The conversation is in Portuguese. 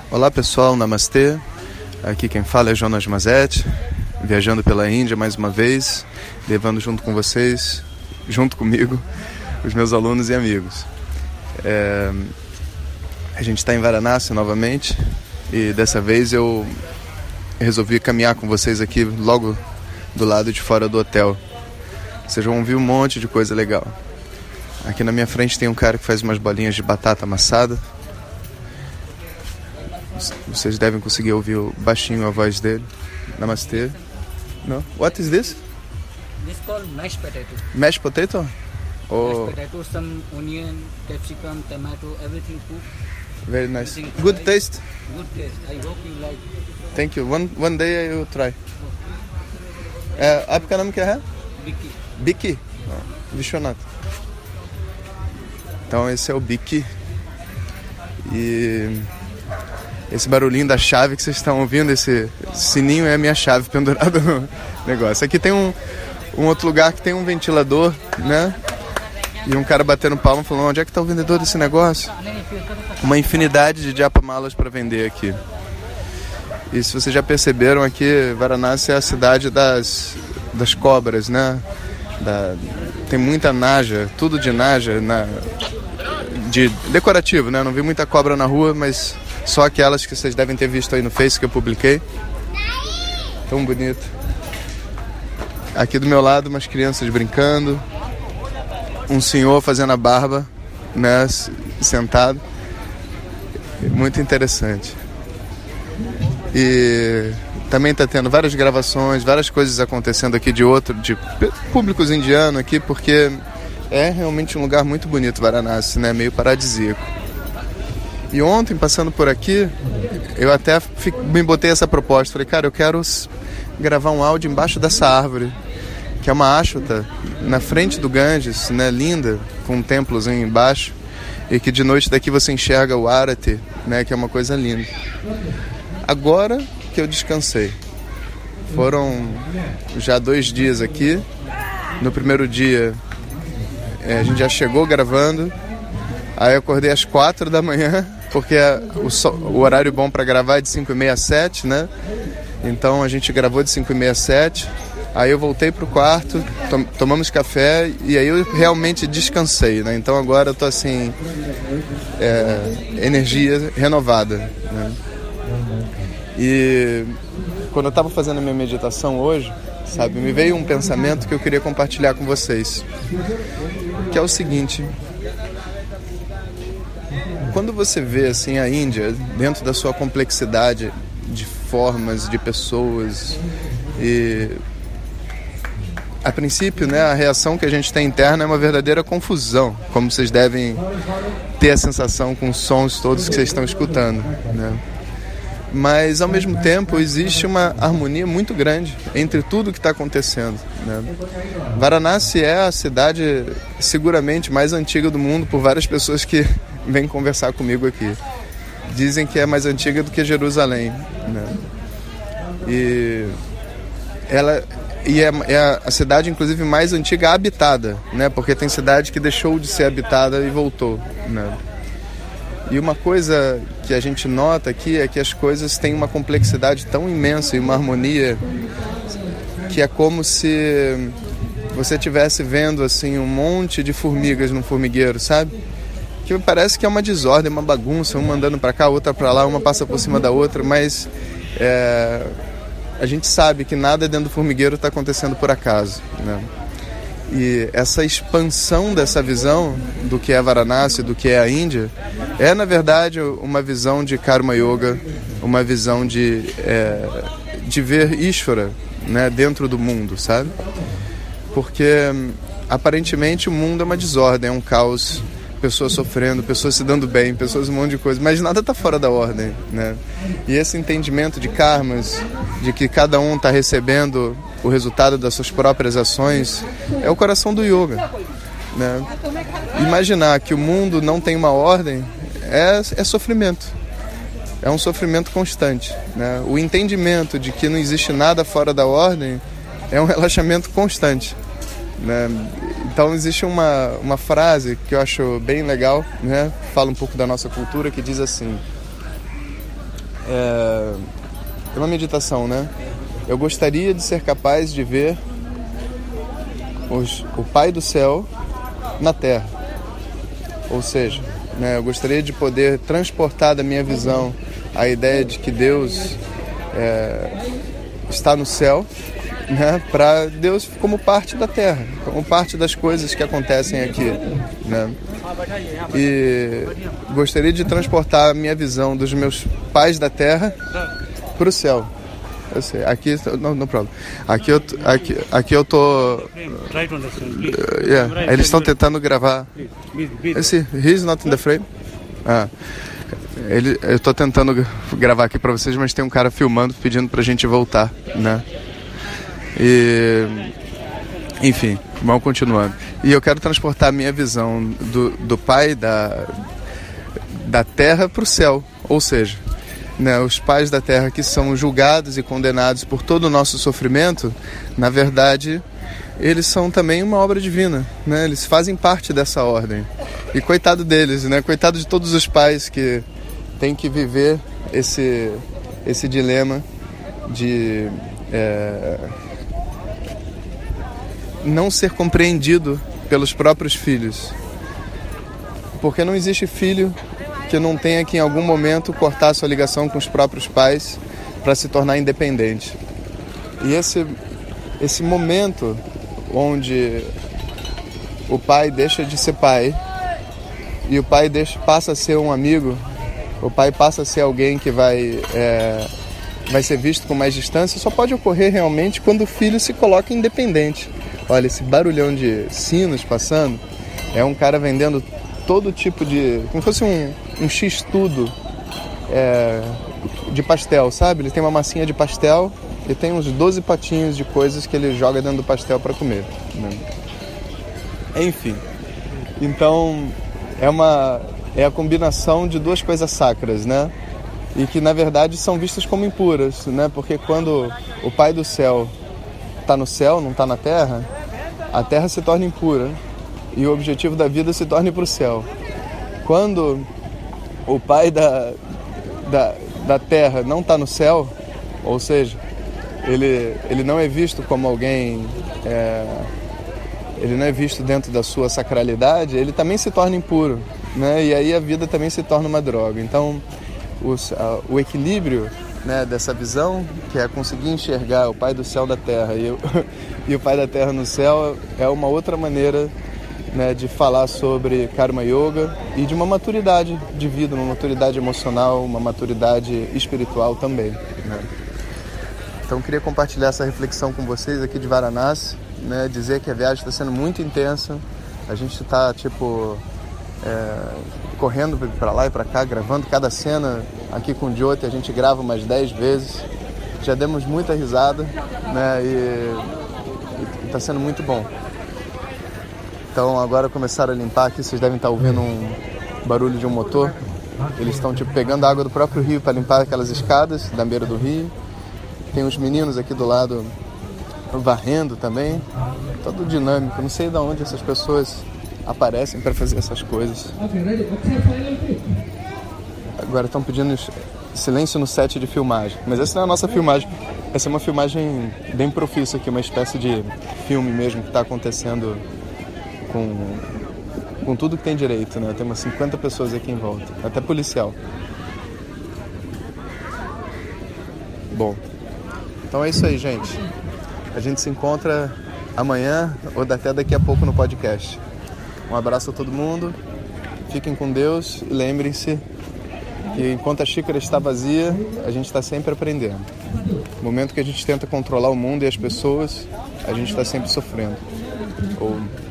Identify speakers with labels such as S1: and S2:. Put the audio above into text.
S1: Olá pessoal, Namastê. Aqui quem fala é Jonas Mazetti, viajando pela Índia mais uma vez, levando junto com vocês, junto comigo, os meus alunos e amigos. A gente está em Varanasi novamente e dessa vez eu resolvi caminhar com vocês aqui logo do lado de fora do hotel. Vocês vão ver um monte de coisa legal. Aqui na minha frente tem um cara que faz umas bolinhas de batata amassada. Vocês devem conseguir ouvir baixinho a voz dele. Namastê. No? What is this?
S2: This is called mashed potato.
S1: Mashed potato? Oh.
S2: Mashed potato, some onion, capsicum, tomato, everything cooked.
S1: Very nice.
S2: Everything
S1: Good
S2: fried.
S1: taste.
S2: Good taste. I hope you like.
S1: Thank you. One day I will try. आपका नाम क्या है?
S2: Vicky.
S1: Biki? Vishwanath. Então esse é o Biki. E esse barulhinho da chave que vocês estão ouvindo, esse sininho é a minha chave pendurada no negócio. Aqui tem um outro lugar que tem um ventilador, né? E um cara batendo palma falando, onde é que está o vendedor desse negócio? Uma infinidade de japamalas para vender aqui. E se vocês já perceberam aqui, Varanasi é a cidade das cobras, né? Tem muita naja, tudo de naja, de decorativo, né? Não vi muita cobra na rua, mas só aquelas que vocês devem ter visto aí no Face que eu publiquei. Tão bonito. Aqui do meu lado, umas crianças brincando. Um senhor fazendo a barba, né? Sentado. Muito interessante. E também está tendo várias gravações, várias coisas acontecendo aqui de públicos indianos aqui, porque é realmente um lugar muito bonito, Varanasi, né? Meio paradisíaco. E ontem, passando por aqui, eu até me botei essa proposta. Falei, cara, eu quero gravar um áudio embaixo dessa árvore, que é uma ashwata, na frente do Ganges, né? Linda, com um templozinho embaixo, e que de noite daqui você enxerga o Arati, né? Que é uma coisa linda. Agora que eu descansei. Foram já 2 dias aqui. No primeiro dia, a gente já chegou gravando. Aí eu acordei às 4 da manhã, porque o horário bom para gravar é de 5h30 às 7, né? Então a gente gravou de 5h30 às 7. Aí eu voltei pro quarto, tomamos café e aí eu realmente descansei, né? Então agora eu tô assim, energia renovada, né? E quando eu estava fazendo a minha meditação hoje, sabe, me veio um pensamento que eu queria compartilhar com vocês, que é o seguinte: quando você vê assim a Índia dentro da sua complexidade de formas, de pessoas, e a princípio, né, a reação que a gente tem interna é uma verdadeira confusão, como vocês devem ter a sensação com os sons todos que vocês estão escutando, né? Mas, ao mesmo tempo, existe uma harmonia muito grande entre tudo que está acontecendo, né? Varanasi é a cidade seguramente mais antiga do mundo por várias pessoas que vêm conversar comigo aqui. Dizem que é mais antiga do que Jerusalém, né? E ela é a cidade, inclusive, mais antiga habitada, né? Porque tem cidade que deixou de ser habitada e voltou, né? E uma coisa que a gente nota aqui é que as coisas têm uma complexidade tão imensa e uma harmonia que é como se você estivesse vendo assim, um monte de formigas num formigueiro, sabe? Que parece que é uma desordem, uma bagunça, uma andando para cá, outra para lá, uma passa por cima da outra, mas a gente sabe que nada dentro do formigueiro está acontecendo por acaso, né? E essa expansão dessa visão do que é Varanasi, do que é a Índia, é na verdade uma visão de Karma Yoga, uma visão de ver Ishvara, né, dentro do mundo, sabe? Porque aparentemente o mundo é uma desordem, é um caos, pessoas sofrendo, pessoas se dando bem, pessoas um monte de coisa, mas nada está fora da ordem, né? E esse entendimento de karmas, de que cada um está recebendo o resultado das suas próprias ações, é o coração do yoga, né? Imaginar que o mundo não tem uma ordem é sofrimento, é um sofrimento constante, né? O entendimento de que não existe nada fora da ordem é um relaxamento constante, né? Então existe uma frase que eu acho bem legal, né? Fala um pouco da nossa cultura, que diz assim: é uma meditação, né? Eu gostaria de ser capaz de ver o Pai do céu na terra. Ou seja, né, eu gostaria de poder transportar da minha visão a ideia de que Deus está no céu, né, para Deus como parte da terra, como parte das coisas que acontecem aqui, né? E gostaria de transportar a minha visão dos meus pais da terra para o céu. Eu sei, aqui não problema. Aqui eu tô. Eles estão tentando gravar. Esse, he's not in the frame. Eu tô tentando gravar aqui para vocês, mas tem um cara filmando, pedindo pra gente voltar, né? E enfim, vamos continuando. E eu quero transportar a minha visão do Pai da terra para o céu, ou seja, né, os pais da terra que são julgados e condenados por todo o nosso sofrimento, na verdade, eles são também uma obra divina, né? Eles fazem parte dessa ordem. E coitado deles, né? Coitado de todos os pais que têm que viver esse dilema de não ser compreendido pelos próprios filhos. Porque não existe filho que não tenha que em algum momento cortar sua ligação com os próprios pais para se tornar independente. E esse momento onde o pai deixa de ser pai e o pai passa a ser um amigo, o pai passa a ser alguém que vai ser visto com mais distância, só pode ocorrer realmente quando o filho se coloca independente. Olha, esse barulhão de sinos passando é um cara vendendo todo tipo de... como se fosse um x-tudo de pastel, sabe? Ele tem uma massinha de pastel e tem uns 12 potinhos de coisas que ele joga dentro do pastel para comer, né? Enfim, então é a combinação de duas coisas sacras, né? E que na verdade são vistas como impuras, né? Porque quando o Pai do céu está no céu, não está na terra, a terra se torna impura e o objetivo da vida se torna ir para o céu. Quando o Pai da terra não está no céu, ou seja, ele não é visto como alguém, ele não é visto dentro da sua sacralidade, ele também se torna impuro, né? E aí a vida também se torna uma droga. Então o equilíbrio, né, dessa visão, que é conseguir enxergar o Pai do céu da terra e o Pai da terra no céu, é uma outra maneira, né, de falar sobre Karma Yoga e de uma maturidade de vida, uma maturidade emocional, uma maturidade espiritual também, né? Então queria compartilhar essa reflexão com vocês aqui de Varanasi, né, dizer que a viagem está sendo muito intensa, a gente está correndo para lá e para cá, gravando cada cena aqui com o Jyoti, a gente grava umas 10 vezes, já demos muita risada, né, e está sendo muito bom. Então agora começaram a limpar aqui, vocês devem estar ouvindo um barulho de um motor, eles estão pegando água do próprio rio para limpar aquelas escadas da beira do rio, tem uns meninos aqui do lado varrendo também, todo dinâmico, não sei de onde essas pessoas aparecem para fazer essas coisas. Agora estão pedindo silêncio no set de filmagem, mas essa não é a nossa filmagem, essa é uma filmagem bem profissa aqui, uma espécie de filme mesmo que está acontecendo com tudo que tem direito, né? Tem umas 50 pessoas aqui em volta, até policial. Bom, então é isso aí, gente. A gente se encontra amanhã ou até daqui a pouco no podcast. Um abraço a todo mundo, fiquem com Deus e lembrem-se que enquanto a xícara está vazia, a gente está sempre aprendendo. No momento que a gente tenta controlar o mundo e as pessoas, a gente está sempre sofrendo.